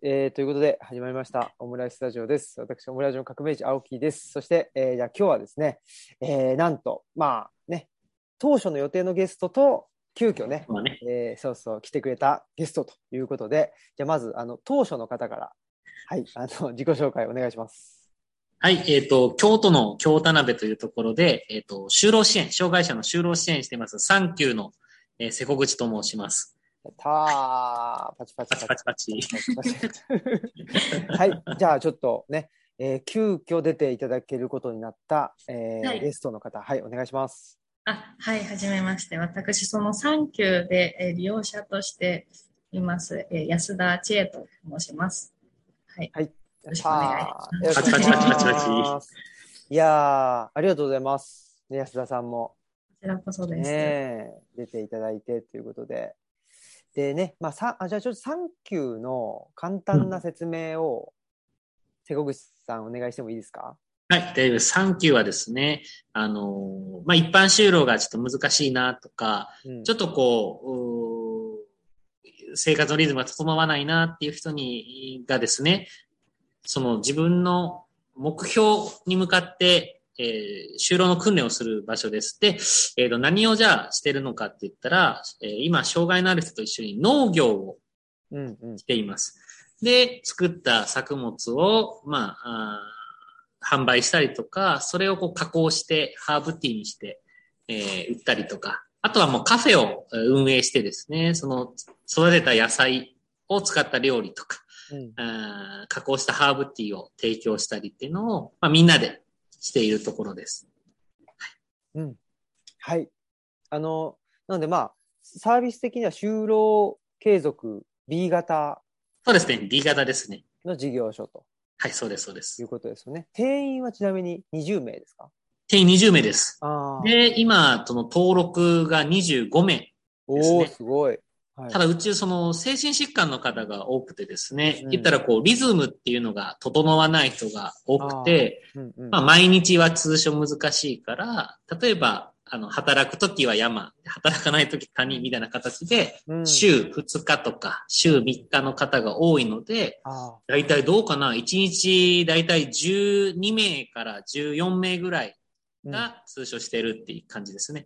ということで始まりましたオムライスタジオです。私オムライスの革命児青木です。そして、じゃあ今日はですね、なんと当初の予定のゲストと急遽ね、そう来てくれたゲストということで、じゃあまず当初の方からはい自己紹介お願いします。 はい、京都の京田辺というところで、就労支援、障害者の就労支援しています、サンキューの、瀬古口と申します。 パチパチパチパチパチパチ。 はい、じゃあちょっとね、急遽出ていただけることになった、 はい、 ゲストの方、はい、お願いします。 はい、はじめまして。私、そのサンキューで、利用者としています、安田千恵と申します。はい。 はい。 よろしくお願いします。 パチパチパチパチパチ。 いやー、ありがとうございます。ね、安田さんも。 こちらこそです。 出ていただいてということで。でね、じゃあちょっとサンキューの簡単な説明を、瀬古口さんお願いしてもいいですか？ はい、大丈夫です。サンキューはですね、一般就労がちょっと難しいなとか、ちょっとこう、生活のリズムが整わないなっていう人がですね、その自分の目標に向かって、就労の訓練をする場所です。で、何をじゃあしてるのかって言ったら、今、障害のある人と一緒に農業をしています。で、作った作物を、販売したりとか、それをこう加工してハーブティーにして、売ったりとか、あとはもうカフェを運営してですね、その育てた野菜を使った料理とか、加工したハーブティーを提供したりっていうのを、みんなでしているところです。 はい。なのでサービス的には就労継続 B 型。 そうですね、B 型ですね。 の事業所と。 はい、そうです、そうです。 いうことですよね。定員はちなみに20名ですか？ 定員20名です。で、今、その登録が25名ですね。 すごい。 はい、ただ、うち、その、精神疾患の方が多くてですね、言ったら、こう、リズムっていうのが整わない人が多くて、毎日は通所難しいから、例えば、働くときは山、働かないとき谷みたいな形で、週2日とか、週3日の方が多いので、だいたいどうかな ?1 日だいたい12名から14名ぐらいが通所してるっていう感じですね。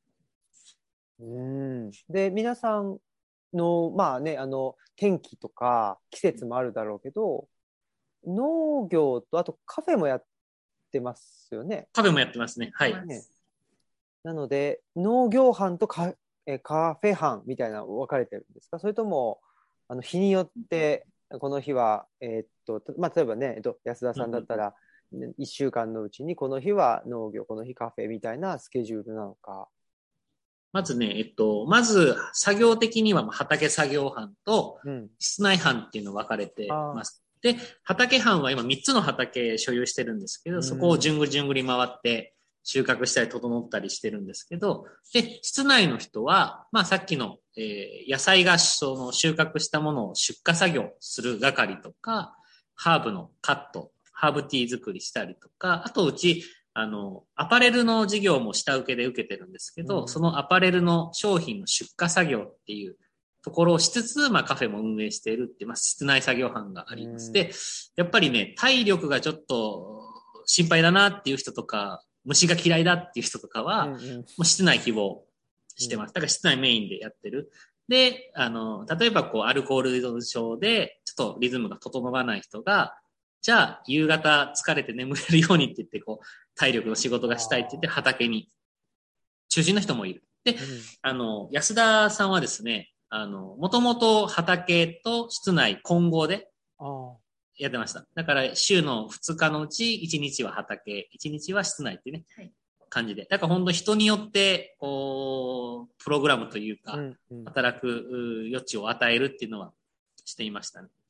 で、皆さんの、天気とか季節もあるだろうけど、農業とあとカフェもやってますよね。 カフェもやってますね。はい。 なので、農業班とカフェ班みたいなの分かれてるんですか？それとも、日によって、この日は、例えばね、安田さんだったら、1週間のうちにこの日は農業、この日カフェみたいなスケジュールなのか。 まずね、まず作業的には畑作業班と室内班っていうの分かれてます。で、畑班は今3つの畑所有してるんですけど、そこをじゅんぐりじゅんぐり回って収穫したり整ったりしてるんですけど、で、室内の人は、さっきの、野菜がその収穫したものを出荷作業する係とか、ハーブのカット、ハーブティー作りしたりとか、あとうち、アパレルの事業も下請けで受けてるんですけど、そのアパレルの商品の出荷作業っていうところをしつつ、カフェも運営しているって、室内作業班があります。で、やっぱりね、体力がちょっと心配だなっていう人とか、虫が嫌いだっていう人とかは、もう室内希望してます。だから室内メインでやってる。で、例えばこう、アルコール依存症で、ちょっとリズムが整わない人が、じゃあ、夕方疲れて眠れるようにって言って、こう、体力の仕事がしたいって言って畑に中心の人もいる。で、安田さんはですね、もともと畑と室内混合でやってました。だから週の2日のうち1日は畑、1日は室内っていうね、感じで。だから本当人によって、こう、プログラムというか、働く余地を与えるっていうのはしていましたね。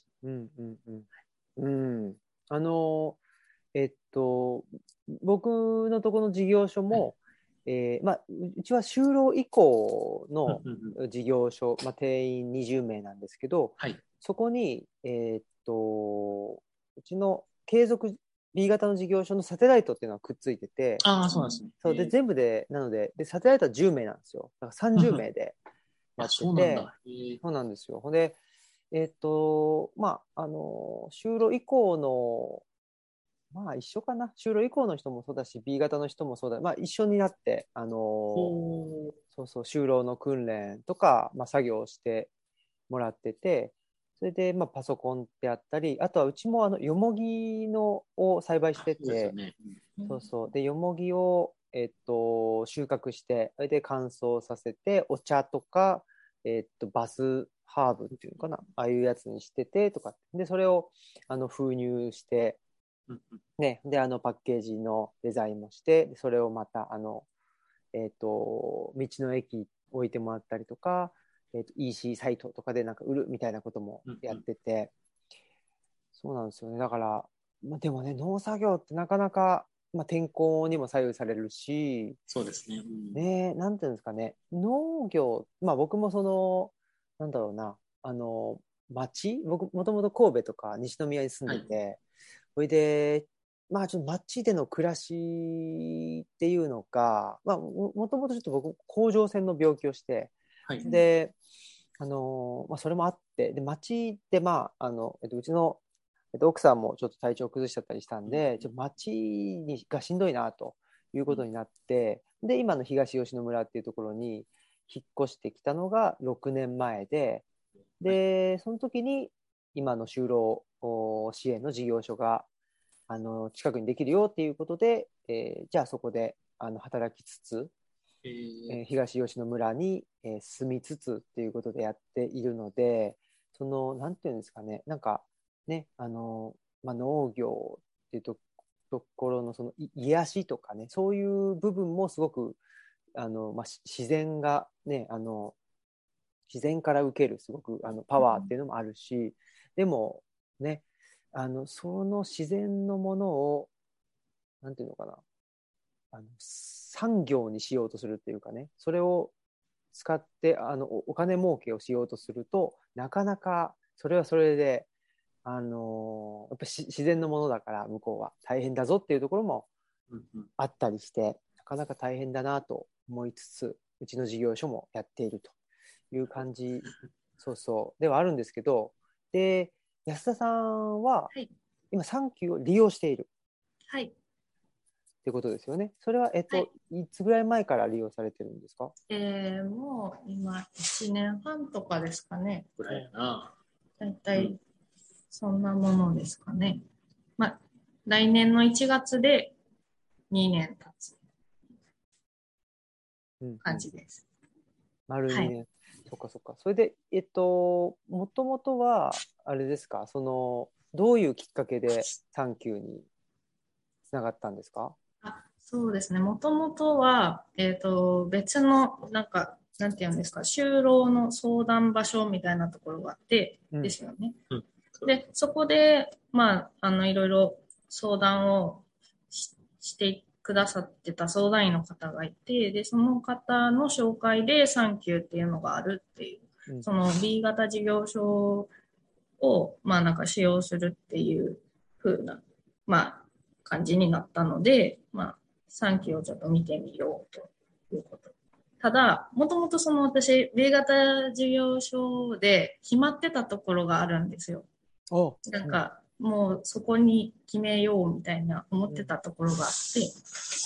僕のところの事業所も、うちは就労以降の事業所、定員20名なんですけど、そこに、うちの継続 B 型の事業所のサテライトっていうのはくっついてて、 そうなんですね。 そうで全部で、なので、サテライトは10名なんですよ。だから30名でやってて、そうなんですよ。で、 就労以降の、まあ一緒かな。就労以降の人もそうだし、B 型の人もそうだ。まあ一緒になって、そうそう、就労の訓練とか、まあ作業をしてもらってて、それで、まあパソコンであったり、あとはうちもよもぎを栽培してて、そうそう。で、よもぎを、収穫して、それで乾燥させて、お茶とか、バスハーブっていうのかな、ああいうやつにしててとか、で、それを封入して、ね、で、パッケージのデザインもして、それをまた、道の駅置いてもらったりとか、EC サイトとかでなんか売るみたいなこともやってて、そうなんですよね。だから、まあ、でもね、農作業ってなかなか、まあ、天候にも左右されるし、 そうですね。 ね、なんていうんですかね、農業、まあ僕もなんだろうな、僕、もともと神戸とか西宮に住んでて、それで、まあちょっと街での暮らしっていうのが、まあもともとちょっと僕、甲状腺の病気をして、で、まあそれもあって、で、街で、まあ、うちの、奥さんもちょっと体調崩しちゃったりしたんで、ちょっと街がしんどいなということになって、で、今の東吉野村っていうところに引っ越してきたのが6年前で、その時に今の就労支援の事業所が近くにできるよっていうことで、じゃあそこで働きつつ、東吉野村に、住みつつっていうことでやっているので、なんていうんですかね、なんかね、まあ、農業っていうところの癒しとかね、そういう部分もすごくまあ、自然がね、自然から受けるすごくパワーっていうのもあるし、でもね、その自然のものを、なんていうのかな、産業にしようとするっていうかね、それを使ってお金儲けをしようとすると、なかなかそれはそれで、やっぱ自然のものだから向こうは大変だぞっていうところもあったりして、なかなか大変だなと思いつつ、うちの事業所もやっているという感じ、そうそうではあるんですけど、で、安田さんは今産休を利用している。 はい。 ってことですよね。それは、いつぐらい前から利用されてるんですか？ もう今1年半とかですかね。 ぐらいやな。 だいたいそんなものですかね。まあ、来年の1月で2年経つ感じです。 丸2年。そっかそっか。それで、もともとは、あれですか、どういうきっかけで産休につながったんですか？ そうですね。もともとは、別の、なんていうんですか、就労の相談場所みたいなところがあって、ですよね。で、そこで、まあ、いろいろ相談をしてくださってた相談員の方がいて、で、その方の紹介で産休っていうのがあるっていう、その B 型事業所を、まあなんか使用するっていう風な、まあ感じになったので、まあ産休をちょっと見てみようということ。ただ、もともとその私、B 型事業所で決まってたところがあるんですよ。なんか、もうそこに決めようみたいな思ってたところがあって、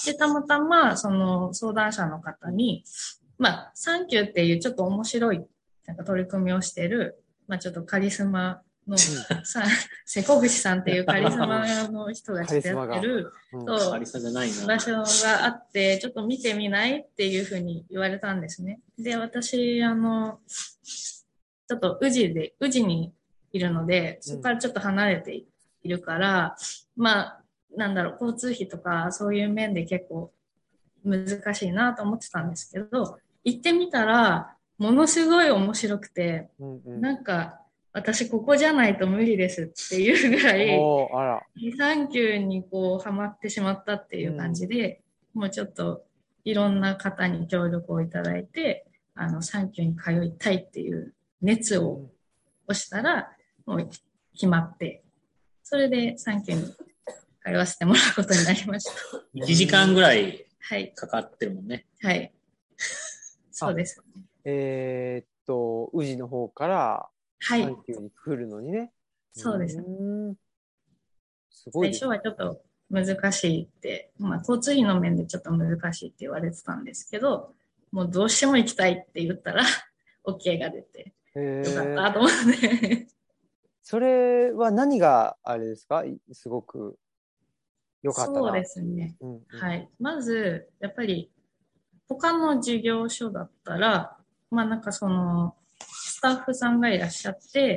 で、たまたまその相談者の方に、まあ、サンキューっていうちょっと面白いなんか取り組みをしてる、まあちょっとカリスマの、瀬古口さんっていうカリスマの人がちょっとやってる、場所があって、ちょっと見てみないっていうふうに言われたんですね。で、私、ちょっと宇治にいるので、そこからちょっと離れているから、まあ、なんだろう、交通費とかそういう面で結構難しいなと思ってたんですけど、行ってみたら、ものすごい面白くて、なんか、私ここじゃないと無理ですっていうぐらい、産休にこうハマってしまったっていう感じで、もうちょっといろんな方に協力をいただいて、産休に通いたいっていう熱を押したら、もう決まって、それで産休に通わせてもらうことになりました。 1時間ぐらいかかってるもんね。 はい。そうですね。 宇治の方からはい。 サンキューに来るのにね。 そうです。 すごいです。 最初はちょっと難しいって、まあ、交通費の面でちょっと難しいって言われてたんですけど、もうどうしても行きたいって言ったら、OK が出て、よかったと思って。 それは何があれですか？すごく良かったな。 そうですね。はい。まず、やっぱり、他の事業所だったら、まあなんかその、スタッフさんがいらっしゃって、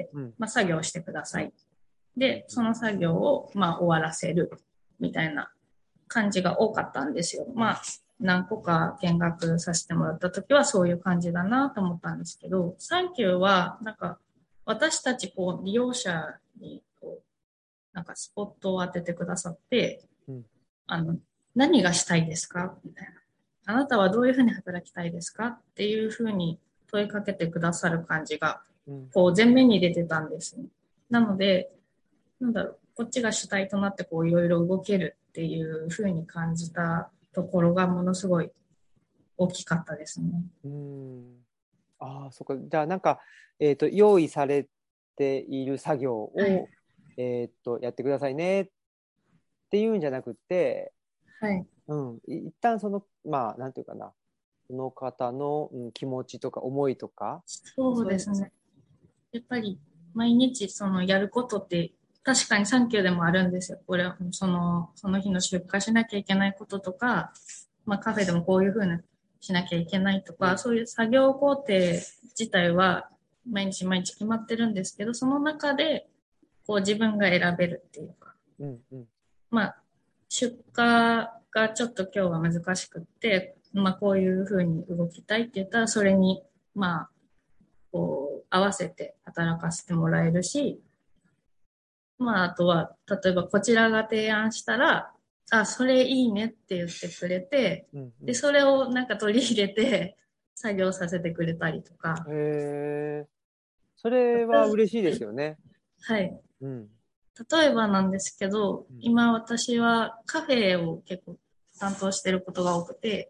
まあ作業してください。で、その作業をまあ終わらせるみたいな感じが多かったんですよ。まあ何個か見学させてもらった時はそういう感じだなと思ったんですけど、サンキューはなんか私たちこう利用者にこうなんかスポットを当ててくださって、何がしたいですかみたいな。あなたはどういうふうに働きたいですかっていうふうに問いかけてくださる感じが、こう前面に出てたんですね。なので、こっちが主体となってこういろいろ動けるっていうふうに感じたところがものすごい大きかったですね。 ああ、そっか。じゃあなんか、用意されている作業を、はい、やってくださいねっていうんじゃなくて、 はい。 一旦その、まあ、なんていうかな、その方の、気持ちとか思いとか。 そうですね。やっぱり毎日そのやることって確かにサンキューでもあるんですよ。これはその日の出荷しなきゃいけないこととか、まあカフェでもこういうふうにしなきゃいけないとか、そういう作業工程自体は毎日毎日決まってるんですけど、その中でこう自分が選べるっていうか。まあ出荷がちょっと今日は難しくって、まあこういうふうに動きたいって言ったら、それにまあこう合わせて働かせてもらえるし、まああとは例えばこちらが提案したら、あ、それいいねって言ってくれて、でそれをなんか取り入れて作業させてくれたりとか。 それは嬉しいですよね。 はい。例えばなんですけど、今私はカフェを結構担当してることが多くて、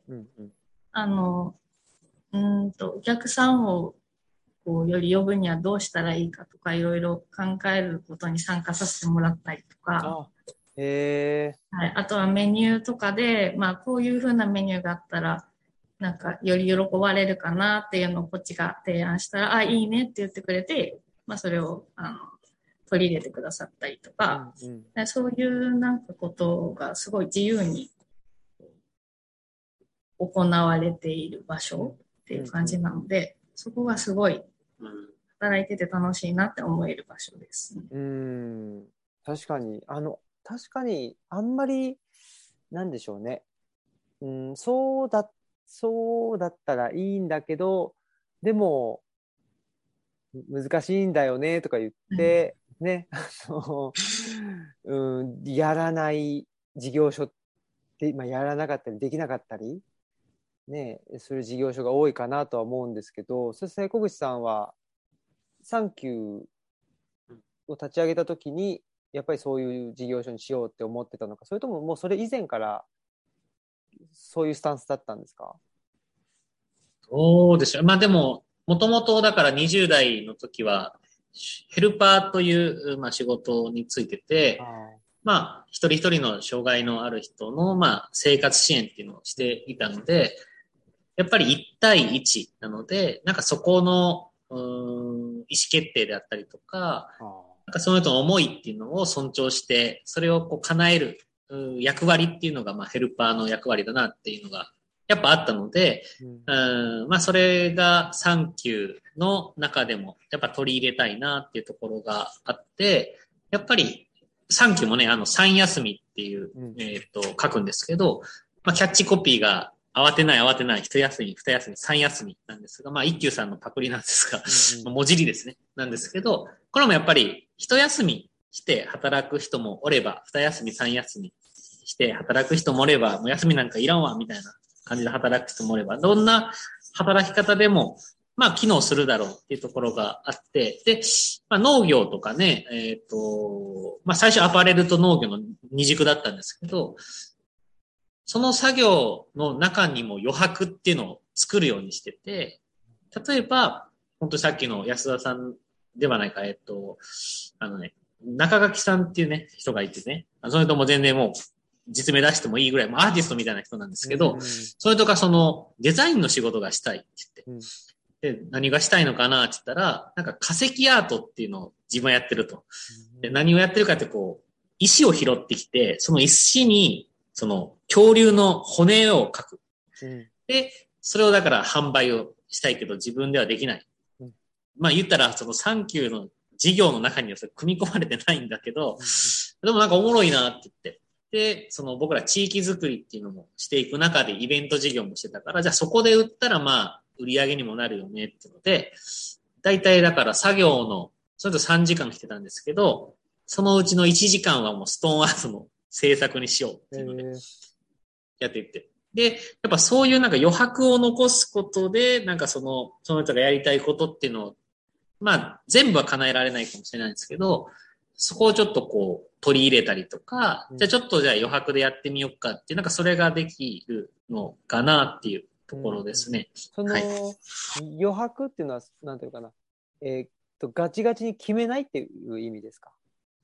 お客さんをこうより呼ぶにはどうしたらいいかとかいろいろ考えることに参加させてもらったりとか、はい、あとはメニューとかで、まあこういうふうなメニューがあったら、なんかより喜ばれるかなっていうのをこっちが提案したら、あ、いいねって言ってくれて、まあそれを取り入れてくださったりとか、そういうなんかことがすごい自由に行われている場所っていう感じなので、そこがすごい働いてて楽しいなって思える場所です。 確かに、あんまり、なんでしょうね。そうだったらいいんだけど、でも、難しいんだよねとか言って、ね、やらない事業所って、やらなかったりできなかったり、ね、する事業所が多いかなとは思うんですけど、そして小口さんは、サンキューを立ち上げたときに、やっぱりそういう事業所にしようって思ってたのか、それとももうそれ以前からそういうスタンスだったんですか？ そうでしょう。まあでも、もともとだから20代の時は、ヘルパーという、仕事についてて、一人一人の障害のある人の、生活支援っていうのをしていたので、やっぱり1対1なので、なんかそこの、意思決定であったりとか、なんかその人の思いっていうのを尊重して、それをこう叶える役割っていうのが、ヘルパーの役割だなっていうのが、やっぱあったので、それがサンキューの中でも、やっぱ取り入れたいなっていうところがあって、やっぱり、サンキューもね、3休みっていう、書くんですけど、キャッチコピーが、慌てない、一休み、二休み、三休みなんですが、一休さんのパクリなんですが、文字りですね。なんですけど、これもやっぱり、一休みして働く人もおれば、二休み、三休みして働く人もおれば、もう休みなんかいらんわ、みたいな感じで働く人もおれば、どんな働き方でも、機能するだろうっていうところがあって、で、農業とかね、最初アパレルと農業の二軸だったんですけど、その作業の中にも余白っていうのを作るようにしてて、例えば、本当さっきの安田さんではないか、中垣さんっていうね、人がいてね、それとも全然もう、実名出してもいいぐらい、アーティストみたいな人なんですけど、それとかその、デザインの仕事がしたいって言って、で、何がしたいのかなって言ったら、なんか化石アートっていうのを自分はやってると。で、何をやってるかってこう、石を拾ってきて、その石に、その恐竜の骨を描く。で、それをだから販売をしたいけど自分ではできない。まあ言ったらそのサンキューの事業の中にはそれ組み込まれてないんだけど、でもなんかおもろいなって言って。で、その僕ら地域づくりっていうのもしていく中でイベント事業もしてたから、じゃあそこで売ったらまあ売り上げにもなるよねっていうので、だいたいだから作業の、それと3時間来てたんですけど、そのうちの1時間はもうストーンアートの制作にしようっていうので、やっていって。で、やっぱそういうなんか余白を残すことで、なんかその人がやりたいことっていうのを、まあ全部は叶えられないかもしれないんですけど、そこをちょっとこう取り入れたりとか、じゃあちょっとじゃあ余白でやってみようかっていう、なんかそれができるのかなっていうところですね。 その、余白っていうのは、なんていうかな、ガチガチに決めないっていう意味ですか？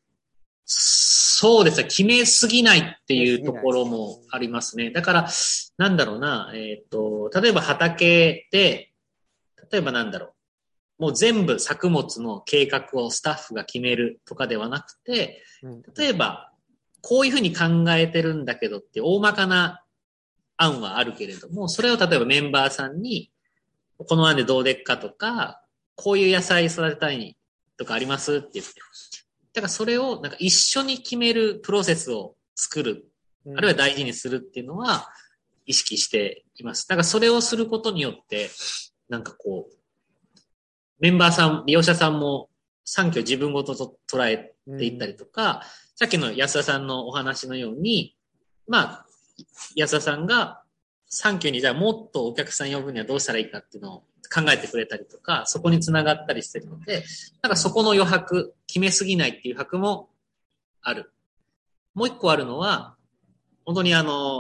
そうですね。決めすぎないっていうところもありますね。だから、なんだろうな、例えば畑で、例えばなんだろう、もう全部作物の計画をスタッフが決めるとかではなくて、例えば、こういうふうに考えてるんだけどって大まかな案はあるけれども、それを例えばメンバーさんに、この案でどうでっかとか、こういう野菜育てたいとかありますって言って。だからそれをなんか一緒に決めるプロセスを作る、あるいは大事にするっていうのは意識しています。だからそれをすることによって、なんかこう、メンバーさん、利用者さんも産業自分ごとと捉えていったりとか、さっきの安田さんのお話のように、まあ、安田さんが産業にじゃあもっとお客さん呼ぶにはどうしたらいいかっていうのを考えてくれたりとか、そこにつながったりしてるので、なんかそこの余白、決めすぎないっていう余白もある。もう一個あるのは、本当に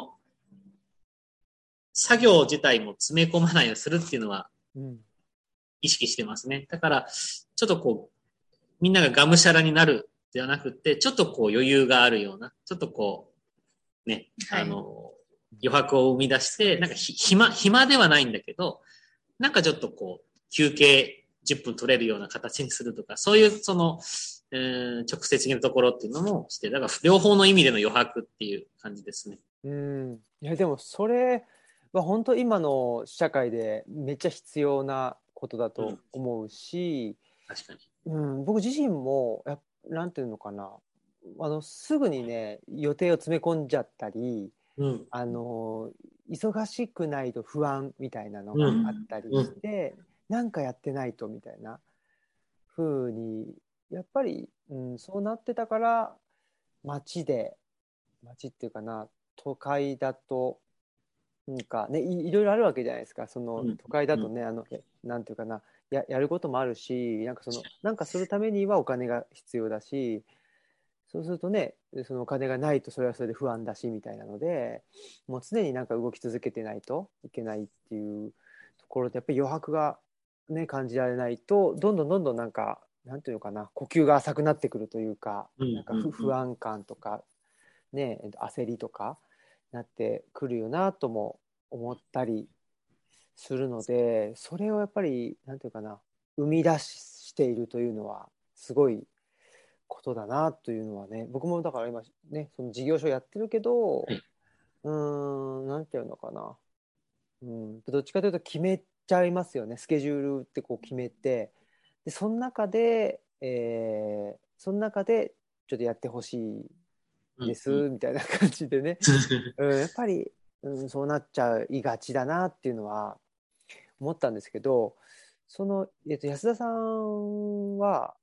作業自体も詰め込まないようにするっていうのは、意識してますね。だから、ちょっとこう、みんなががむしゃらになるではなくて、ちょっとこう余裕があるような、ちょっとこう、ね、はい、余白を生み出して、なんか暇ではないんだけど、なんかちょっとこう、休憩10分取れるような形にするとか、そういうその、直接的なところっていうのもして、だから両方の意味での余白っていう感じですね。 いやでもそれは本当今の社会でめっちゃ必要なことだと思うし、 確かに。 僕自身もなんていうのかな、すぐにね予定を詰め込んじゃったり、忙しくないと不安みたいなのがあったりして、なんかやってないとみたいな風にやっぱり、そうなってたから、街っていうかな、都会だとなんかね、いろいろあるわけじゃないですか。その都会だとね、なんていうかな、やることもあるし、なんかするためにはお金が必要だし、そうするとね、そのお金がないとそれはそれで不安だしみたいなので、もう常になんか動き続けてないといけないっていうところで、やっぱり余白がね感じられないと、どんどんなんかなんていうのかな、呼吸が浅くなってくるというか、なんか不安感とかね、焦りとかなってくるよなとも思ったりするので、それをやっぱりなんていうかな、生み出しているというのはすごいことだなというのはね、僕もだから今ね、その事業所やってるけど、なんていうのかな、どっちかというと決めちゃいますよね。スケジュールってこう決めて、でその中でちょっとやってほしいですみたいな感じでね、やっぱり、そうなっちゃいがちだなっていうのは思ったんですけど、その、安田さんは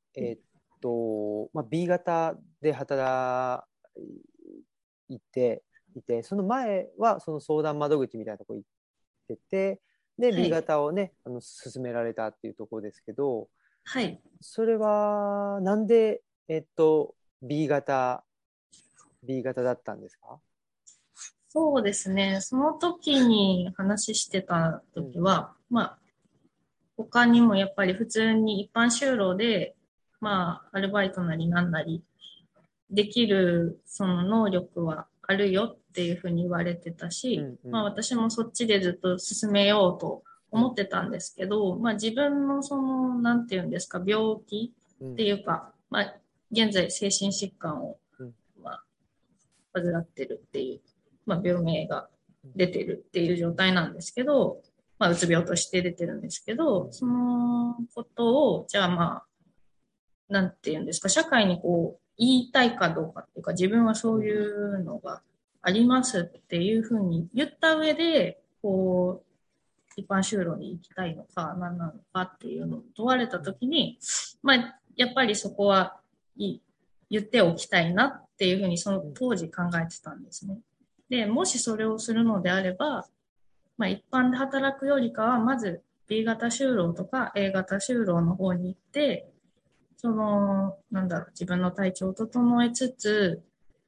B 型で働いてその前はその相談窓口みたいなところ行ってて、で B 型をね、進められたっていうところですけど、 はい、 それはなんでB 型だったんですか？ そうですね。その時に話してた時は、まあ他にもやっぱり普通に一般就労でまあ、アルバイトなりなんなり、できる、その能力はあるよっていうふうに言われてたし、まあ私もそっちでずっと進めようと思ってたんですけど、まあ自分のその、なんていうんですか、病気っていうか、まあ現在精神疾患を、まあ、患ってるっていう、まあ病名が出てるっていう状態なんですけど、まあうつ病として出てるんですけど、そのことを、じゃあまあ、なんていうんですか、社会にこう、言いたいかどうかっていうか、自分はそういうのがありますっていうふうに言った上で、こう、一般就労に行きたいのか、何なのかっていうのを問われたときに、まあ、やっぱりそこはい言っておきたいなっていうふうにその当時考えてたんですね。で、もしそれをするのであれば、まあ一般で働くよりかは、まず B 型就労とか A 型就労の方に行って、その、なんだろう、自分の体調を整えつつ、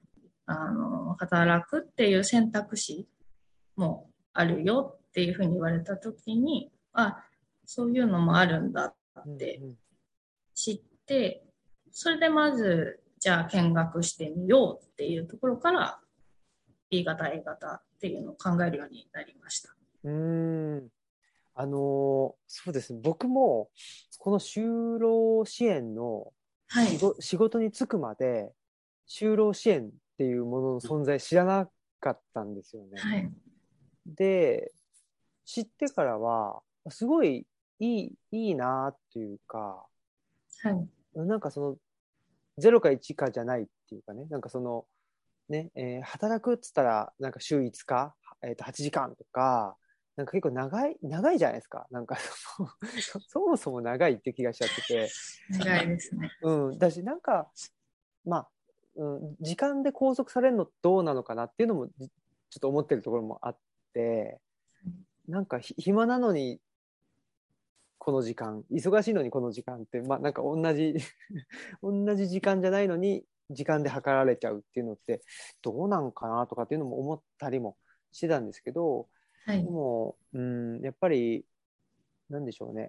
働くっていう選択肢もあるよっていうふうに言われたときに、あ、そういうのもあるんだって知って、それでまず、じゃあ見学してみようっていうところから、B 型、A 型っていうのを考えるようになりました。 そうですね。僕も、この就労支援の仕事に就くまで、就労支援っていうものの存在知らなかったんですよね。 はい、 で、知ってからは、すごいいいなっていうか、 はい、 なんかその、0か1かじゃないっていうかね、なんかその、ね、働くっつったら、なんか週5日、8時間とか、なんか結構長いじゃないですか。なんかそもそも長いって気がしちゃってて。 長いですね。 うん。だし、なんか、まあ、時間で拘束されるのどうなのかなっていうのも、ちょっと思ってるところもあって、なんか暇なのに、この時間、忙しいのにこの時間って、まあなんか同じ同じ時間じゃないのに、時間で測られちゃうっていうのって、どうなんかなとかっていうのも思ったりもしてたんですけど、 はい、 でも、やっぱり、なんでしょうね。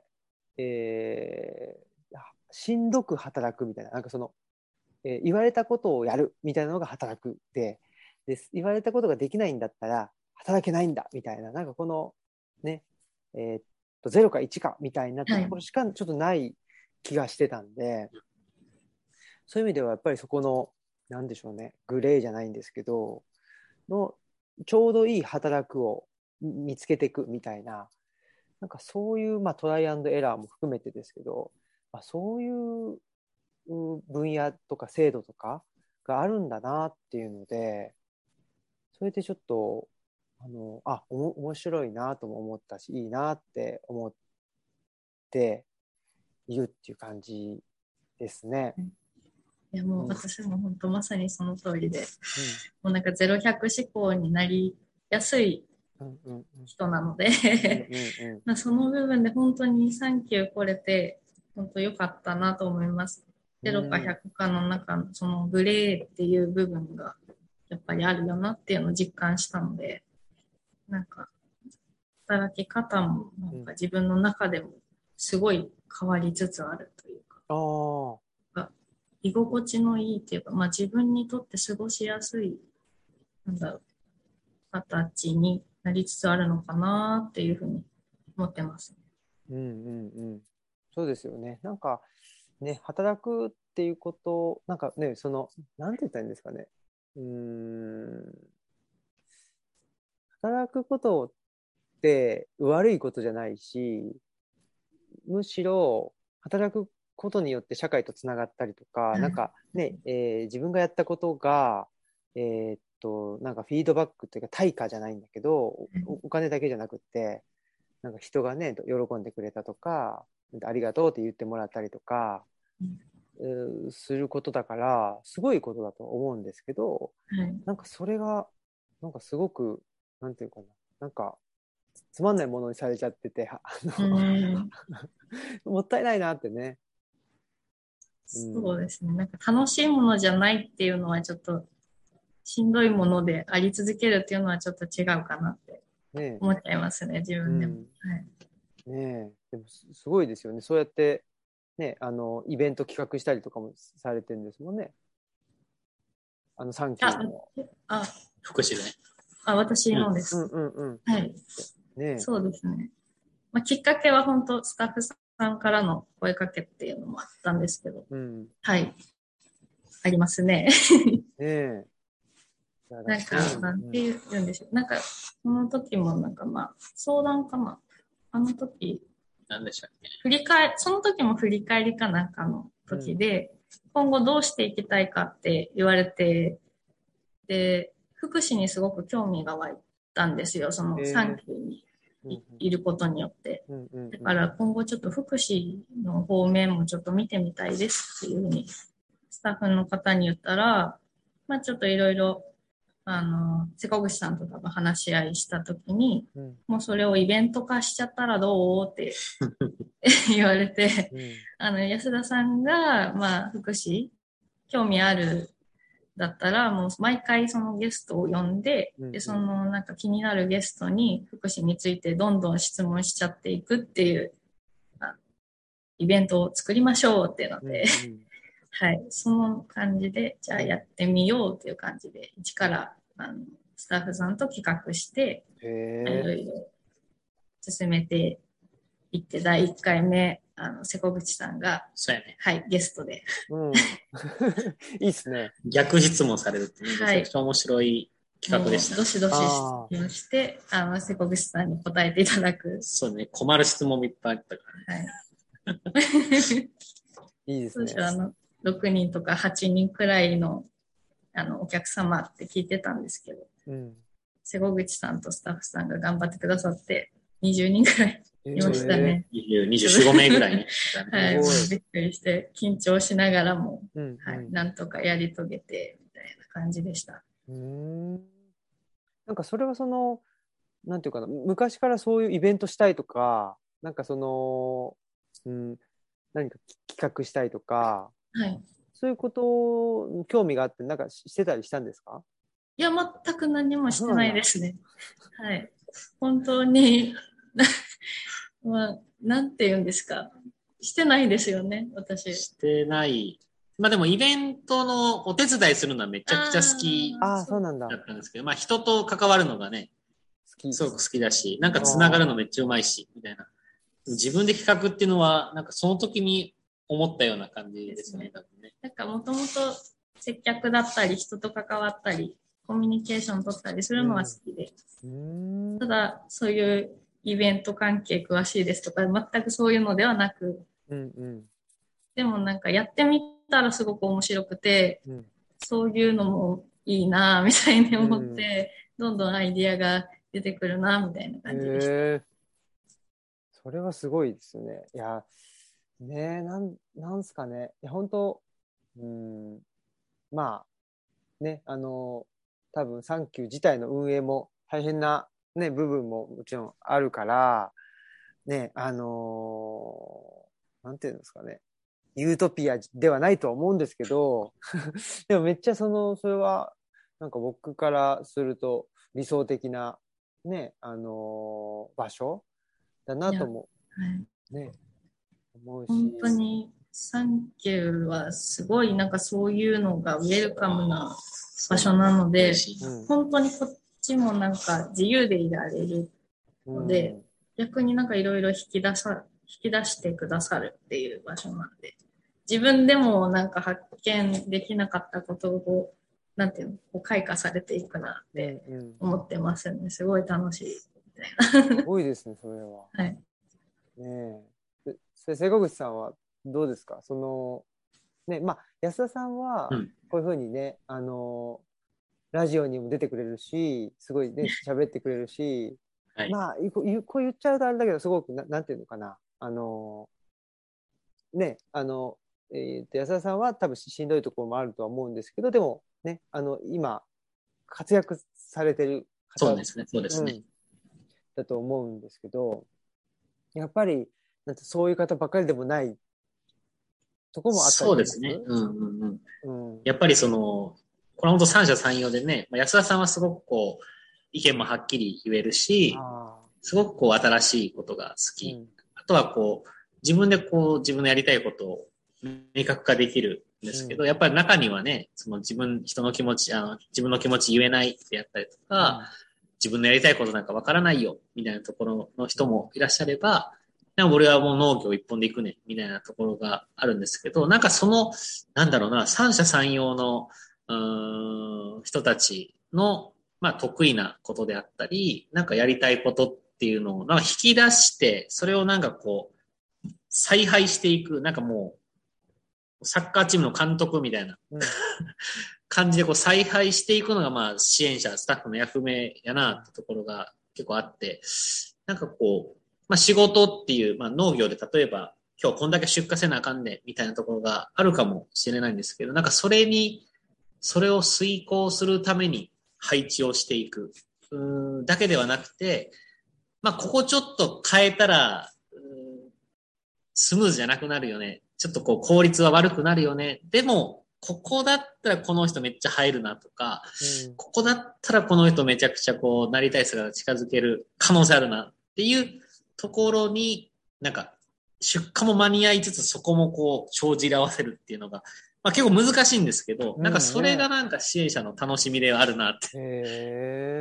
しんどく働くみたいな、なんかその、言われたことをやるみたいなのが働くで、言われたことができないんだったら、働けないんだみたいな、なんかこの、ね、0か1かみたいなところしかちょっとない気がしてたんで、そういう意味ではやっぱりそこの、なんでしょうね、グレーじゃないんですけど、のちょうどいい働くを見つけていくみたいな、なんかそういう、まあ、トライアンドエラーも含めてですけど、まあ、そういう分野とか制度とかがあるんだなっていうので、それでちょっと、面白いなとも思ったし、いいなって思っているっていう感じですね。 いやもう私も本当まさにその通りで、もうなんか0100思考になりやすい人なのでその部分で本当に3級来れて本当良かったなと思います。0か100かの中のそのグレーっていう部分がやっぱりあるよなっていうのを実感したので、なんか働き方もなんか自分の中でもすごい変わりつつあるというか、居心地のいいっていうか、まあ自分にとって過ごしやすい、なんだろう、形になりつつあるのかなっていうふうに思ってます。 そうですよね。なんかね、働くっていうこと、なんかね、その、なんて言ったらいいんですかね。働くことって悪いことじゃないし、むしろ働くことによって社会とつながったりとか、なんかね、自分がやったことが、なんかフィードバックというか対価じゃないんだけど、お金だけじゃなくって、なんか人がね、喜んでくれたとか、ありがとうって言ってもらったりとか、することだから、すごいことだと思うんですけど、なんかそれが、なんかすごく、なんていうかな、なんか、つまんないものにされちゃってて、もったいないなってね。 そうですね。なんか楽しいものじゃないっていうのはちょっとしんどいものであり続けるっていうのはちょっと違うかなって思っちゃいますね、自分でも。 ねえ、でもすごいですよね。そうやってね、イベント企画したりとかもされてるんですもんね。サンキューの。 福祉でね。 私のです。はい。ね、そうですね。まあ、きっかけは本当スタッフさんからの声かけっていうのもあったんですけど。はい。ありますね。ねえ。なんか、なんて言うんでしょう。なんか、その時もなんかまあ、相談かな。時、 何でしたっけ？ その時も振り返りかなんかの時で、今後どうしていきたいかって言われて、で、福祉にすごく興味が湧いたんですよ。そのサンキューにいることによって。だから今後ちょっと福祉の方面もちょっと見てみたいですっていうふうにスタッフの方に言ったら、まあちょっといろいろ瀬古口さんとかが話し合いしたときに、もうそれをイベント化しちゃったらどうって言われて、安田さんが、まあ、福祉、興味あるだったら、もう毎回そのゲストを呼んで、で、そのなんか気になるゲストに福祉についてどんどん質問しちゃっていくっていう、イベントを作りましょうっていうので、はい。その感じで、じゃあやってみようという感じで、一からスタッフさんと企画して、いろいろ進めていって、第1回目、瀬古口さんが、 そうやね。 はい、ゲストで。 いいっすね。 逆質問されるってね、めちゃくちゃ面白い企画でした。 どしどし質問して、瀬古口さんに答えていただく。 そうね、困る質問もいっぱいあったからね。 はい。いいですね。6人とか8人くらいのお客様って聞いてたんですけど、瀬古口さんとスタッフさんが頑張ってくださって、20人くらいいましたね。 24、5名ぐらいね。 はい、びっくりして、緊張しながらも、はい、なんとかやり遂げて、みたいな感じでした。 なんかそれはなんていうかな、昔からそういうイベントしたいとか、なんか何か企画したいとか、 はい。 そういうことに興味があって、なんかしてたりしたんですか？ いや、全く何もしてないですね。はい。本当に、まあ、なんて言うんですか。してないですよね、私。 してない。まあでもイベントのお手伝いするのはめちゃくちゃ好きだったんですけど、まあ人と関わるのがね、すごく好きだし、なんか繋がるのめっちゃうまいし、みたいな。自分で企画っていうのは、なんかその時に思ったような感じですね。 なんかもともと接客だったり、人と関わったり、コミュニケーション取ったりするのは好きで。ただ、そういうイベント関係詳しいですとか、全くそういうのではなく、でもなんかやってみたらすごく面白くて、そういうのもいいなぁみたいに思って、どんどんアイディアが出てくるなみたいな感じでした。 それはすごいですね。いや、ね、なんすかね。いや、本当、まあ、ね、多分サンキュー自体の運営も大変な、ね、部分ももちろんあるから、ね、なんていうんですかね。ユートピアではないとは思うんですけど、でもめっちゃそれは、なんか僕からすると理想的な、ね、場所だなとも、ね、思うし。 本当に、サンキューはすごいなんかそういうのがウェルカムな場所なので、本当にこっちもなんか自由でいられるので、逆になんかいろいろ引き出してくださるっていう場所なんで、自分でもなんか発見できなかったことをなんていうの、開花されていくなって思ってますね。すごい楽しいみたいな。 すごいですね、それは。 はい。 ねえ。瀬古口さんはどうですか？ね、まあ、安田さんはこういうふうにね、ラジオにも出てくれるし、すごいね、喋ってくれるし、はい、まあ、こう言っちゃうとあれだけど、すごくなんていうのかな、ね、安田さんは多分しんどいところもあるとは思うんですけど、でもね、今、活躍されてる方、そうですね、そうですね。 だと思うんですけど、やっぱり、なんてそういう方ばかりでもないとこもあったりそうですね。やっぱりこれ本当三者三様でね、安田さんはすごくこう、意見もはっきり言えるし、すごくこう新しいことが好き。あとはこう、 自分でこう、自分のやりたいことを明確化できるんですけど、やっぱり中にはね、その人の気持ち、自分の気持ち言えないってやったりとか、自分のやりたいことなんかわからないよ、みたいなところの人もいらっしゃれば、俺はもう農業一本で行くね、みたいなところがあるんですけど、なんかなんだろうな、三者三様の、人たちの、まあ得意なことであったり、なんかやりたいことっていうのを、なんか引き出して、それをなんかこう、采配していく、なんかもう、サッカーチームの監督みたいな、感じでこう采配していくのがまあ支援者、スタッフの役目やなってところが結構あって、なんかこう、まあ仕事っていう、まあ農業で例えば今日こんだけ出荷せなあかんねみたいなところがあるかもしれないんですけど、なんかそれを遂行するために配置をしていく、だけではなくて、まあここちょっと変えたら、スムーズじゃなくなるよね。ちょっとこう効率は悪くなるよね。でも、ここだったらこの人めっちゃ入るなとか、ここだったらこの人めちゃくちゃこうなりたい姿近づける可能性あるなっていうところに、なんか出荷も間に合いつつそこもこう帳尻合わせるっていうのが、まあ結構難しいんですけど、なんかそれがなんか支援者の楽しみではあるなって。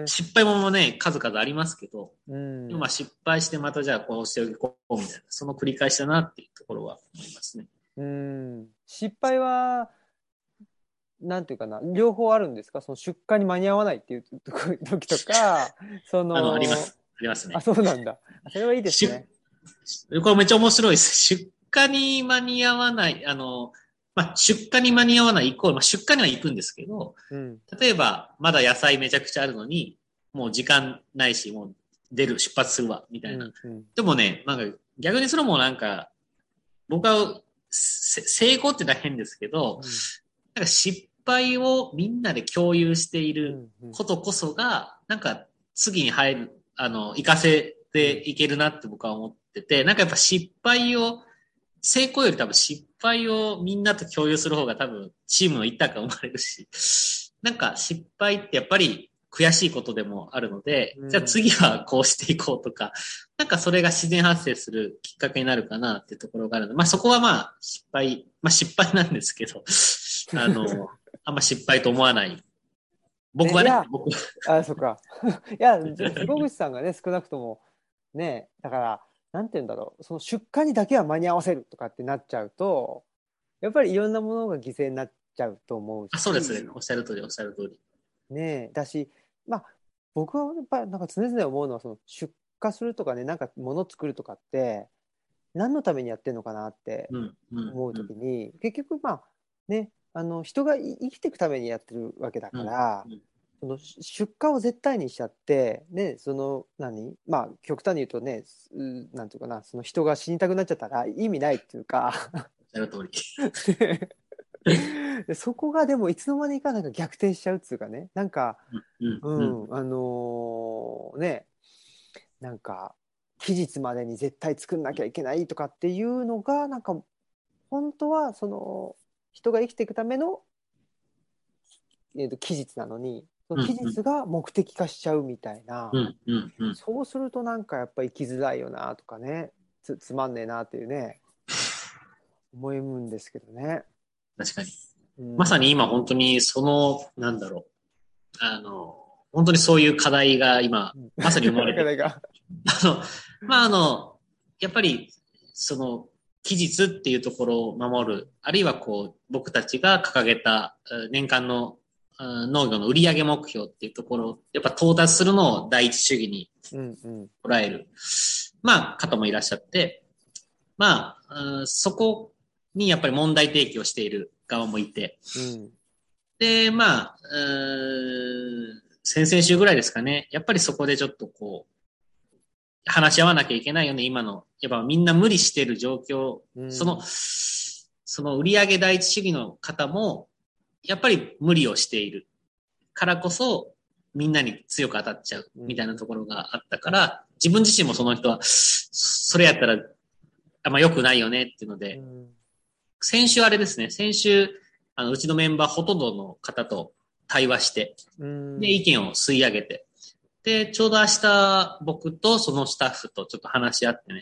失敗もね、数々ありますけど、でもまあ失敗してまたじゃあこうしていこうみたいな、その繰り返しだなっていうところは思いますね。 失敗は、なんていうかな、両方あるんですか？その出荷に間に合わないっていう時とか、 あります。ありますね。 あ、そうなんだ。それはいいですね。 これめっちゃ面白いです。出荷に間に合わない、まあ、出荷に間に合わないイコール、まあ、出荷には行くんですけど、例えば、まだ野菜めちゃくちゃあるのに、もう時間ないし、もう出発するわ、みたいな。でもね、なんか逆にそれもなんか、僕は、成功って大変ですけど、なんか失敗をみんなで共有していることこそが、なんか次に入る、活かせていけるなって僕は思ってて、なんかやっぱ成功より多分失敗をみんなと共有する方が多分チームの一体感生まれるし、なんか失敗ってやっぱり悔しいことでもあるので、じゃあ次はこうしていこうとか、なんかそれが自然発生するきっかけになるかなっていうところがあるので、まあそこはまあ失敗なんですけど、あんま失敗と思わない。僕はね。 そっか。いや、坪口さんがね、少なくとも、ね、だから、なんて言うんだろう、その出荷にだけは間に合わせるとかってなっちゃうと、やっぱりいろんなものが犠牲になっちゃうと思うし。 そうですね。おっしゃる通り。 ねだし、まあ、僕はやっぱりなんか常々思うのは、その出荷するとかね、なんか物作るとかって、何のためにやってるのかなって思うときに、結局まあ、ね、人が生きていくためにやってるわけだから、その出荷を絶対にしちゃって、ね、まあ、極端に言うとね、なんていうかな、その人が死にたくなっちゃったら意味ないっていうかそこがでもいつの間にかなんか逆転しちゃうっていうかね、なんか、ね、なんか、期日までに絶対作んなきゃいけないとかっていうのが、なんか、本当はその人が生きていくための、期日なのに、その期日が目的化しちゃうみたいな、そうするとなんかやっぱり生きづらいよなとかね、つまんねえなっていうね、思うんですけどね。 確かに。まさに今本当になんだろう。本当にそういう課題が今、まさに生まれてる。まあやっぱり、期日っていうところを守る、あるいはこう、僕たちが掲げた年間の農業の売上目標っていうところを、やっぱ到達するのを第一主義に捉える、まあ、方もいらっしゃって、まあ、そこにやっぱり問題提起をしている側もいて、で、まあ、先々週ぐらいですかね、やっぱりそこでちょっとこう、話し合わなきゃいけないよね、今の。やっぱみんな無理してる状況、その売上第一主義の方も、やっぱり無理をしているからこそ、みんなに強く当たっちゃうみたいなところがあったから、自分自身もその人は、それやったら、あんま良くないよねっていうので、先週あれですね、先週、うちのメンバーほとんどの方と対話して、で、意見を吸い上げて、で、ちょうど明日僕とそのスタッフとちょっと話し合ってね、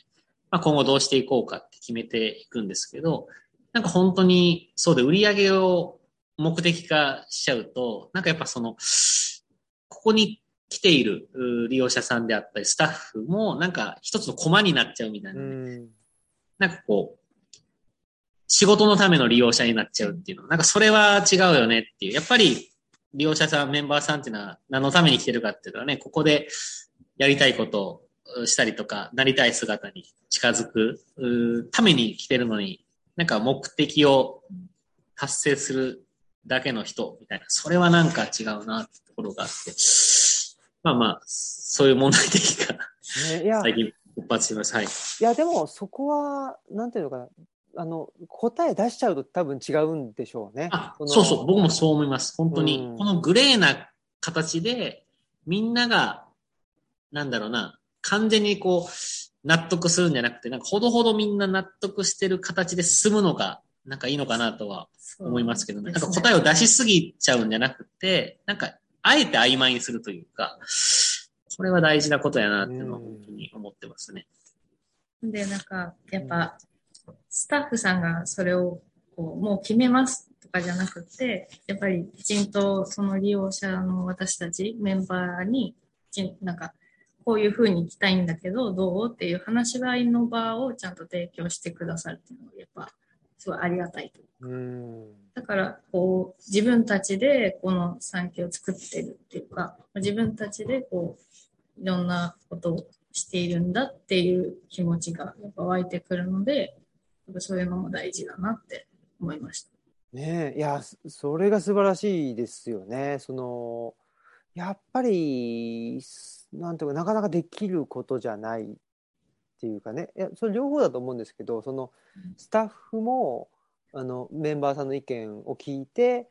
まあ今後どうしていこうかって決めていくんですけど、なんか本当にそうで売り上げを目的化しちゃうと、なんかやっぱここに来ている利用者さんであったりスタッフもなんか一つのコマになっちゃうみたいなね。なんかこう、仕事のための利用者になっちゃうっていうの。なんかそれは違うよねっていう。やっぱり利用者さん、メンバーさんっていうのは何のために来てるかっていうのはね、ここでやりたいことをしたりとか、なりたい姿に近づくために来てるのに、なんか目的を達成するだけの人みたいな。それはなんか違うなってところがあって。まあまあ、そういう問題的かな。ね、いや最近勃発します。はい。いや、でもそこは、なんていうのかな。答え出しちゃうと多分違うんでしょうね。 そうそう、僕もそう思います。本当に。このグレーな形で、みんなが、なんだろうな、完全にこう、納得するんじゃなくて、なんかほどほどみんな納得してる形で進むのが、なんかいいのかなとは思いますけどね。なんか答えを出しすぎちゃうんじゃなくて、なんか、あえて曖昧にするというか、これは大事なことやなっていうのは本当に思ってますね。 で、なんか、やっぱ、スタッフさんがそれをこうもう決めますとかじゃなくて、やっぱりきちんとその利用者の私たちメンバーになんかこういう風に行きたいんだけどどうっていう話し合いの場をちゃんと提供してくださるっていうのがやっぱすごいありがたいというか。だからこう自分たちでこの産休を作ってるっていうか、自分たちでこういろんなことをしているんだっていう気持ちがやっぱ湧いてくるので、そういうのも大事だなって思いました。 ねえ、いや、それが素晴らしいですよね。やっぱり、なんていうか、なかなかできることじゃないっていうかね。いや、それ両方だと思うんですけど、スタッフも、メンバーさんの意見を聞いて、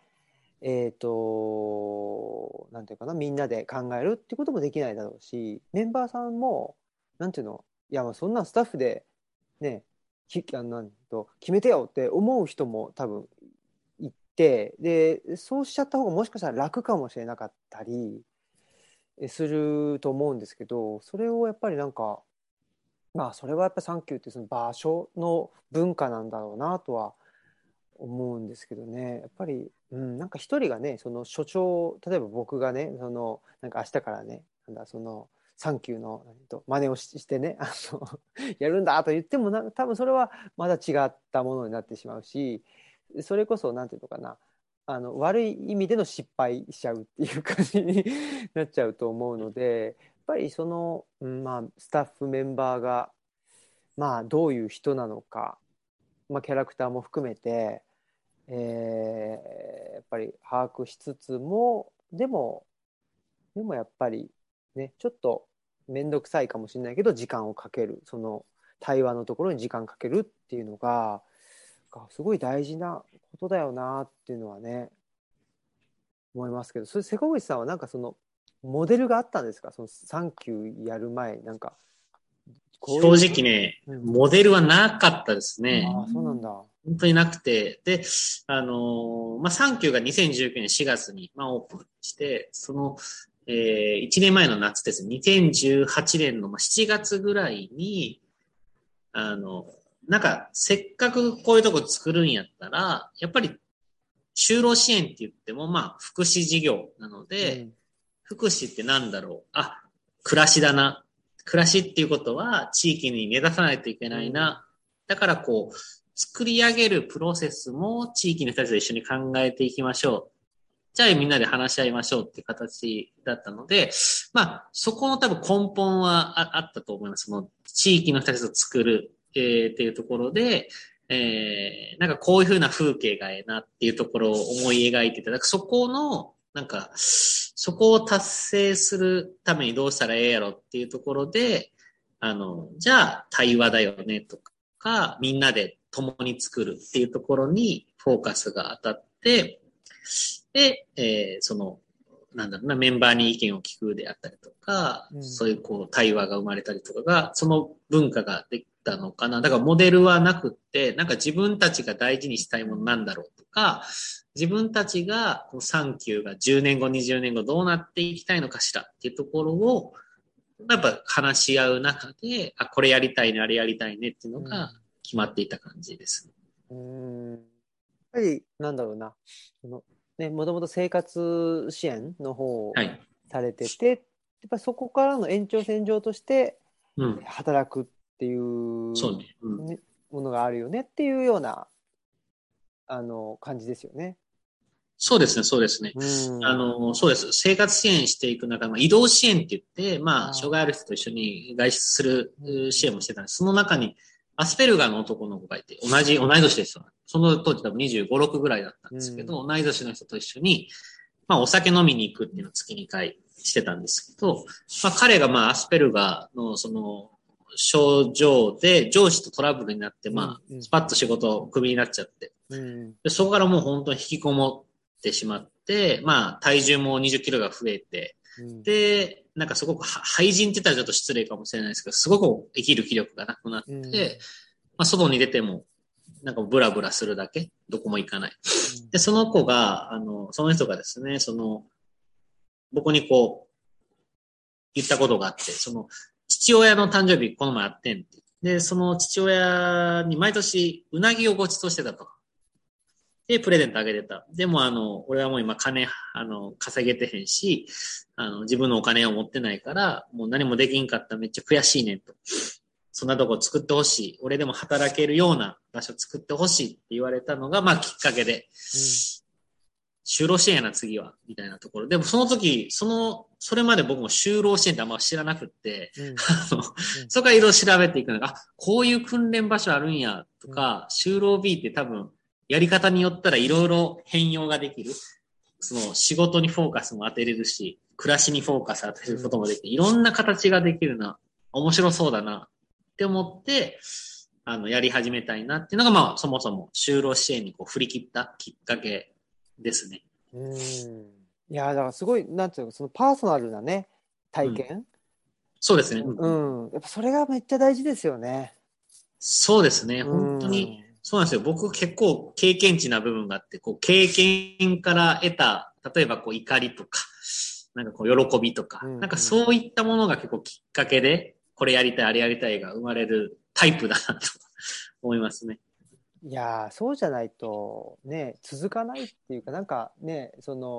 なんていうかな、みんなで考えるってこともできないだろうし、メンバーさんも、なんていうの、いや、まあそんなスタッフで、ね、決めてよって思う人も多分いて、で、そうしちゃった方がもしかしたら楽かもしれなかったりすると思うんですけど、それをやっぱりなんか、まあそれはやっぱサンキューってその場所の文化なんだろうなとは思うんですけどね。やっぱり、なんか一人がね、その所長、例えば僕がね、なんか明日からね、サンキューの真似をしてね、やるんだと言っても多分それはまだ違ったものになってしまうし、それこそ、なんていうのかな、悪い意味での失敗しちゃうっていう感じになっちゃうと思うので、やっぱりまあ、スタッフメンバーが、まあ、どういう人なのか、まあ、キャラクターも含めて、やっぱり把握しつつも、でもやっぱりね、ちょっと面倒くさいかもしれないけど、時間をかける、その対話のところに時間かけるっていうのが、すごい大事なことだよなっていうのはね、思いますけど、それ瀬古口さんはなんかモデルがあったんですか？そのサンキューやる前、なんか正直ね、モデルはなかったですね。 ああ、そうなんだ。 本当になくて。で、まあ、サンキューが2019年4月に、まあ、オープンして、1年前の夏ですね、2018年の7月ぐらいに、なんか、せっかくこういうとこ作るんやったら、やっぱり、就労支援って言っても、まあ、福祉事業なので、福祉ってなんだろう。あ、暮らしだな。暮らしっていうことは、地域に根ざさないといけないな。だからこう、作り上げるプロセスも地域の人たちと一緒に考えていきましょう。じゃあみんなで話し合いましょうっていう形だったので、まあ、そこの多分根本はあったと思います。その地域の人たちと作る、っていうところで、なんかこういう風な風景がええなっていうところを思い描いていただく。そこの、なんか、そこを達成するためにどうしたらええやろっていうところで、じゃあ対話だよねとか、みんなで共に作るっていうところにフォーカスが当たって、で、なんだろうな、メンバーに意見を聞くであったりとか、そういうこう対話が生まれたりとかが、その文化ができたのかな。だからモデルはなくって、なんか自分たちが大事にしたいものなんだろうとか、自分たちが、このサンキューが10年後、20年後どうなっていきたいのかしらっていうところを、 やっぱ話し合う中で、これやりたいね、あれやりたいねっていうのが決まっていた感じです。 やっぱり、なんだろうな。ね、もともと生活支援の方をされてて、やっぱそこからの延長線上として、働くっていう、ものがあるよねっていうような、感じですよね。 そうですね、そうですね。そうです。生活支援していく中で、移動支援って言って、障害ある人と一緒に外出する支援もしてたんです。その中に、アスペルガーの男の子がいて、同い年ですよ。その当時多分25、6ぐらいだったんですけど、同い年の人と一緒に、お酒飲みに行くっていうのを月2回してたんですけど、彼がアスペルガーのその症状で上司とトラブルになって、スパッと仕事をクビになっちゃって、でそこからもう本当に引きこもってしまって、体重も20キロが増えて、で、なんかすごく廃人って言ったらちょっと失礼かもしれないですけど、すごく生きる気力がなくなって、外に出ても、なんかブラブラするだけ、どこも行かない。で、その子が、その人がですね、僕に言ったことがあって、父親の誕生日この前あってんって。で、その父親に毎年うなぎをご馳走してたと。で、プレゼントあげてた。でも俺はもう今金、稼げてへんし、自分のお金を持ってないから、もう何もできんかったらめっちゃ悔しいねんと。そんなとこ作ってほしい。俺でも働けるような場所作ってほしいって言われたのが、きっかけで、就労支援やな、次は、みたいなところ。でもその時、それまで僕も就労支援ってあんま知らなくって、そこからいろいろ調べていくのが、こういう訓練場所あるんや、とか、就労 B って多分、やり方によったらいろいろ変容ができる。仕事にフォーカスも当てれるし、暮らしにフォーカス当てることもできる。いろんな形ができるな。面白そうだな。って思って、やり始めたいなっていうのが、そもそも就労支援に振り切ったきっかけですね。 いや、だからすごい、なんていうの、そのパーソナルなね、体験、 そうですね。 やっぱそれがめっちゃ大事ですよね。 そうですね。本当に、そうなんですよ。僕結構経験値な部分があって、経験から得た、例えば怒りとか、なんか喜びとか、なんかそういったものが結構きっかけで、これやりたい、あれやりたいが生まれるタイプだなと思いますね。 いや、そうじゃないとね、続かないっていうか、なんかね、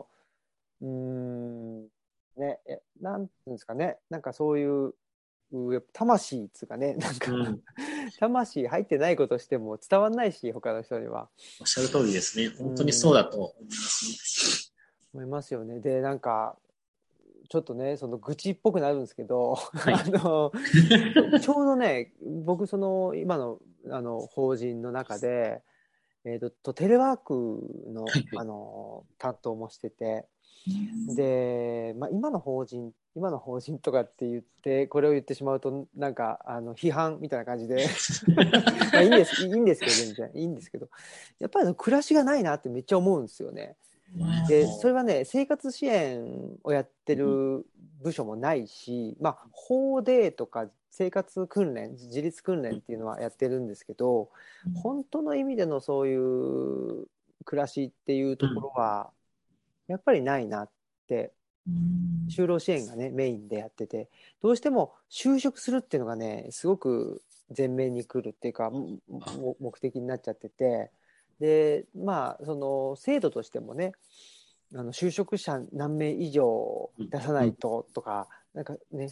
ね、なんていうんですかね、なんかそういう、魂っていうかね、なんか、魂入ってないことしても伝わんないし、他の人には。 おっしゃる通りですね。本当にそうだと思いますね。 思いますよね。で、なんか、ちょっとね、愚痴っぽくなるんですけど、 はい、 ちょうどね、僕、今の、法人の中で、テレワークの、担当もしてて、で、今の法人とかって言って、これを言ってしまうと、なんか、批判みたいな感じでいいんですけど、全然いいんですけど、やっぱり暮らしがないなってめっちゃ思うんですよね。で、それはね、生活支援をやってる部署もないし、法デーとか生活訓練、自立訓練っていうのはやってるんですけど、本当の意味でのそういう暮らしっていうところは、やっぱりないなって、就労支援がね、メインでやってて、どうしても就職するっていうのがね、すごく前面に来るっていうか、目的になっちゃってて、で、制度としてもね、就職者何名以上出さないととか、なんかね、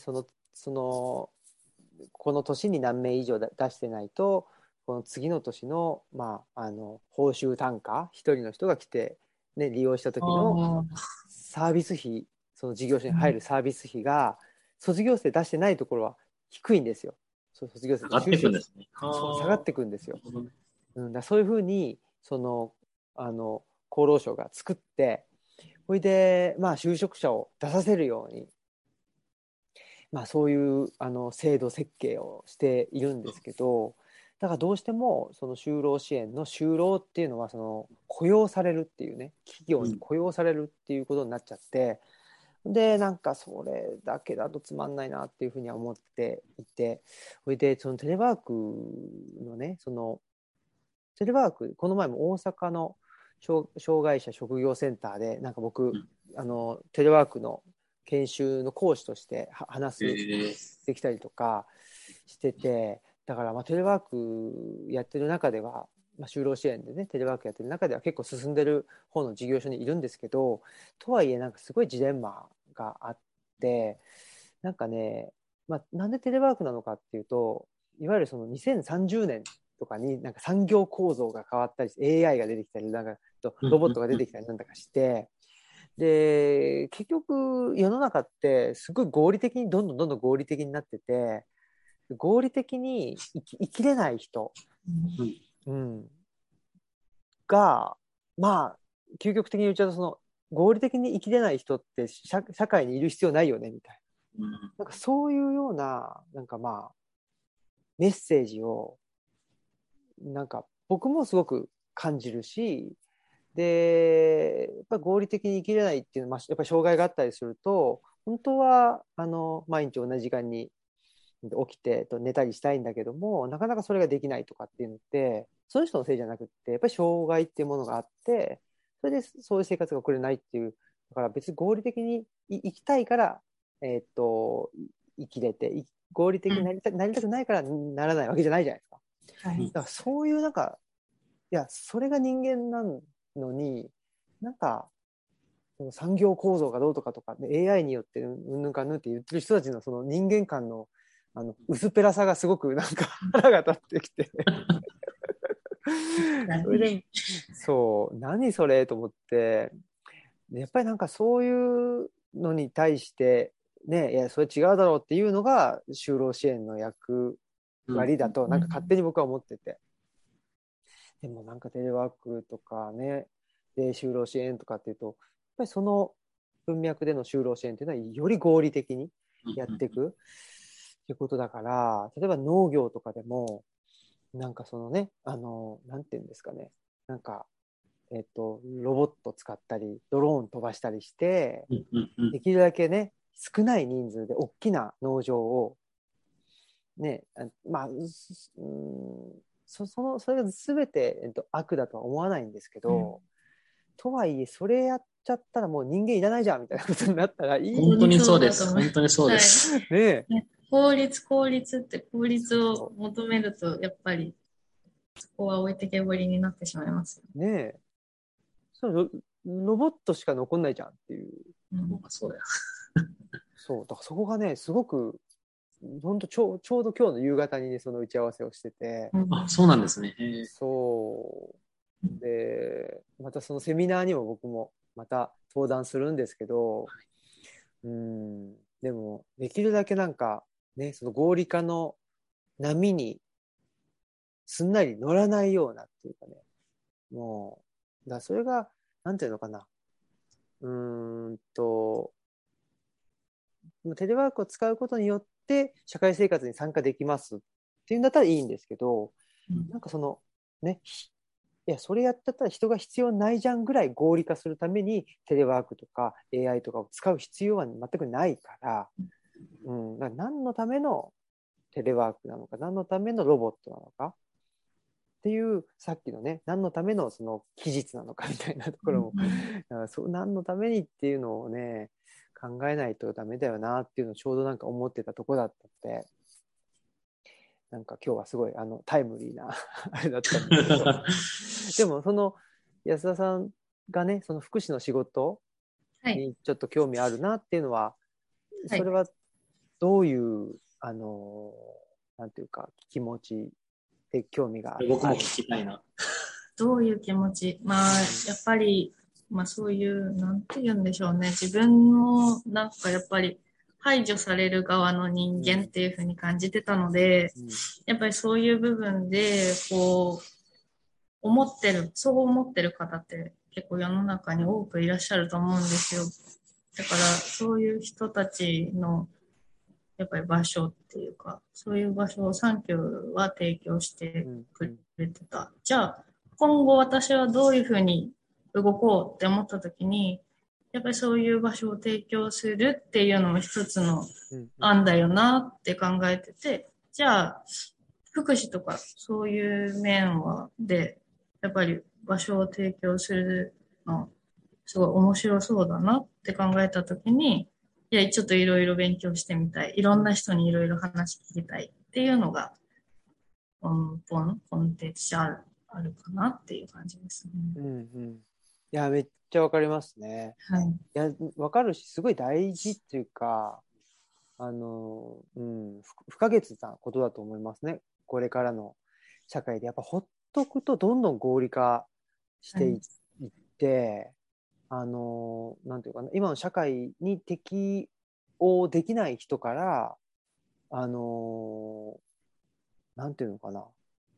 この年に何名以上出してないと、この次の年の、報酬単価、一人の人が来て、ね、利用した時のサービス費、その事業所に入るサービス費が、卒業生出してないところは低いんですよ。卒業生下がっていくんですね。 下がっていくんですよ。そういうふうに、厚労省が作って、それで、就職者を出させるように、そういう制度設計をしているんですけど、だからどうしてもその就労支援の就労っていうのは雇用されるっていうね、企業に雇用されるっていうことになっちゃって、でなんかそれだけだとつまんないなっていうふうには思っていて、それでそのテレワークのね、テレワーク、この前も大阪の障害者職業センターでなんか僕、テレワークの研修の講師として話できたりとかしてて、だからテレワークやってる中では、就労支援でねテレワークやってる中では結構進んでる方の事業所にいるんですけど、とはいえなんかすごいジレンマがあって、なんかね、なんでテレワークなのかっていうと、いわゆるその2030年とかになんか産業構造が変わったりして AI が出てきたりなんかロボットが出てきたりなんだかして、で結局世の中ってすごい合理的にどんどん合理的になってて、合理的に生きれない人、が究極的に言っちゃうと、その合理的に生きれない人って社会にいる必要ないよねみたいな、なんかそういうようななんかメッセージをなんか僕もすごく感じるし、でやっぱ合理的に生きれないっていうのは、やっぱり障害があったりすると、本当は毎日同じ時間に起きて寝たりしたいんだけども、なかなかそれができないとかっていうのって、その人のせいじゃなくって、やっぱり障害っていうものがあって、それでそういう生活が送れないっていう、だから別に合理的に生きたいから、生きれて、合理的になりたくないからならないわけじゃないじゃないですか。だからそういうなんか、いや、それが人間なのに、なんか、産業構造がどうとかとか、AI によってうんぬんかんぬんって言ってる人たちのその人間観の薄っぺらさがすごくなんか腹が立ってきてそれで何それと思って、やっぱりなんかそういうのに対してね、いやそれ違うだろうっていうのが就労支援の役割だとなんか勝手に僕は思ってて、でもなんかテレワークとかねで就労支援とかっていうと、やっぱりその文脈での就労支援っていうのはより合理的にやっていくっていうことだから、例えば農業とかでもなんかそのね、なんていうんですかね、なんかロボット使ったりドローン飛ばしたりして、できるだけね少ない人数で大きな農場をね、それが全て、悪だとは思わないんですけど、とはいえそれやっちゃったらもう人間いらないじゃんみたいなことになったらいい。 本当にそうです。本当にそうです。 はい、ね、効率って効率を求めるとやっぱりそこは置いてけぼりになってしまいますね。えロボットしか残んないじゃんっていう。 そうだよ。 そうだからそこがねすごく本当ちょうど今日の夕方にねその打ち合わせをしてて、 そうなんですね。 そうでまたそのセミナーにも僕もまた登壇するんですけど、でもできるだけなんかねその合理化の波にすんなり乗らないようなっていうかね、もうだそれがなんていうのかな、テレワークを使うことによって社会生活に参加できますっていうんだったらいいんですけど、なんかそのね、いやそれやってたら人が必要ないじゃんぐらい合理化するためにテレワークとか AI とかを使う必要は全くないから、だから何のためのテレワークなのか、何のためのロボットなのかっていう、さっきのね、何のためのその期日なのかみたいなところも、何のためにっていうのをね、考えないとダメだよなっていうのをちょうどなんか思ってたとこだったので、なんか今日はすごいタイムリーなあれだったんですけどでもその安田さんがねその福祉の仕事にちょっと興味あるなっていうのは、それはどういうなんていうか気持ちで興味がある？ 僕も聞きたいな。 どういう気持ち？やっぱりそういうなんて言うんでしょうね、自分もなんかやっぱり排除される側の人間っていう風に感じてたので、やっぱりそういう部分でこうそう思ってる方って結構世の中に多くいらっしゃると思うんですよ。だからそういう人たちのやっぱり場所っていうか、そういう場所をサンキューは提供してくれてた。じゃあ今後私はどういうふうに動こうって思った時に、やっぱりそういう場所を提供するっていうのも一つの案だよなって考えてて、じゃあ福祉とかそういう面でやっぱり場所を提供するのすごい面白そうだなって考えた時に、 いや、ちょっといろいろ勉強してみたい。いろんな人にいろいろ話聞きたいっていうのが、根底あるかなっていう感じですね。 うんうん。いや、めっちゃわかりますね。 はい。いや、わかるし、すごい大事っていうか、不可欠なことだと思いますね。これからの社会で。やっぱほっとくとどんどん合理化していって、なんていうかな、今の社会に適応できない人から、なんていうのかな、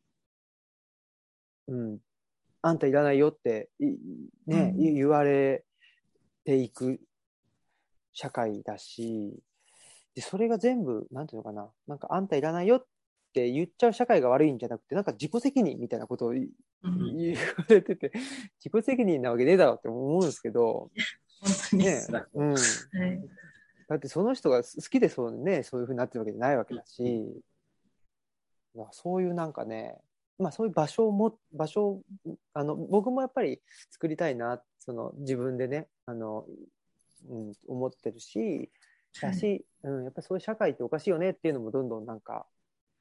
あんたいらないよって言われていく社会だし、でそれが全部なんていうのかな、なんかあんたいらないよって言っちゃう社会が悪いんじゃなくて、なんか自己責任みたいなことを言われてて、自己責任なわけねえだろって思うんですけど、 本当に。 ね、だってその人が好きでそういう風になってるわけじゃないわけだし、そういうなんかね、そういう場所を僕もやっぱり作りたいな、自分でね、思ってるし、やっぱりそういう社会っておかしいよねっていうのもどんどんなんか、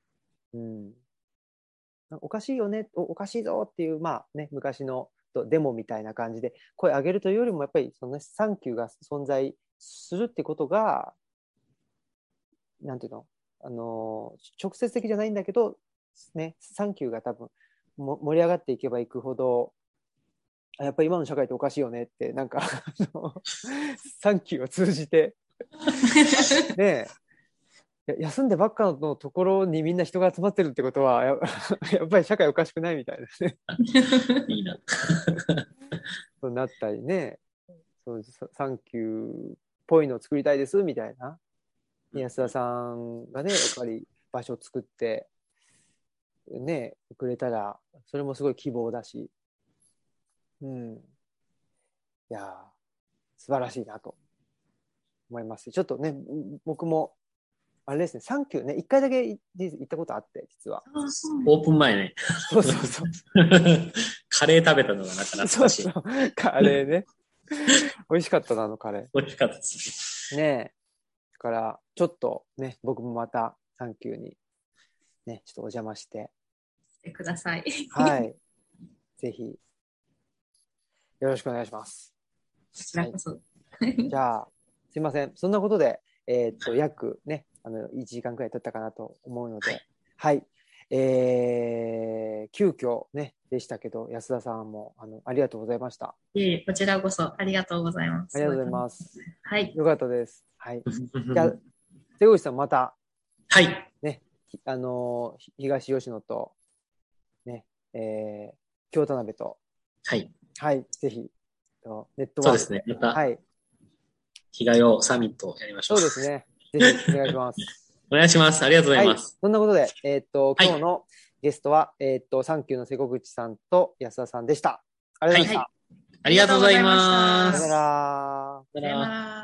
おかしいよね、おかしいぞっていう、昔のデモみたいな感じで声上げるというよりも、やっぱりサンキューが存在するってことが、なんていうの、直接的じゃないんだけど、ね、サンキューが多分盛り上がっていけばいくほど、やっぱり今の社会っておかしいよねって、なんかサンキューを通じてね、休んでばっかのところにみんな人が集まってるってことは やっぱり社会おかしくないみたいですね。 いいな。 そうなったりね、そうサンキューっぽいのを作りたいですみたいな。安田さんがね、やっぱり場所を作ってね、くれたら、それもすごい希望だし、いや、素晴らしいなと思います。ちょっとね、僕もあれですね、サンキューね、一回だけ行ったことあって、実は。 オープン前ね。 そうそうそう。 カレー食べたのがなんか懐かしい。 そうそう、カレーね。美味しかったな、カレー。 美味しかったですね。ねえ。だから、ちょっとね、僕もまたサンキューにね、ちょっとお邪魔して。 してください。 はい。ぜひ、よろしくお願いします。 こちらこそ。 じゃあ、すいません。そんなことで、約ね、1時間くらい経ったかなと思うので、はい。急遽ね、でしたけど、安田さんも、ありがとうございました。 いえ、こちらこそありがとうございます。 ありがとうございます。 はい。 よかったです。はい。じゃあ、瀬口さんまた、 はい。 ね、東吉野と、ね、京田辺と、 はい。 はい、ぜひ、ネットワーク。 そうですね。また、はい。日がよサミットやりましょう。 そうですね。ぜひ、お願いします。 お願いします。ありがとうございます。 はい、そんなことで、今日のゲストは、サンキューの瀬古口さんと安田さんでした。ありがとうございました。 ありがとうございます。 さよなら。 さよなら。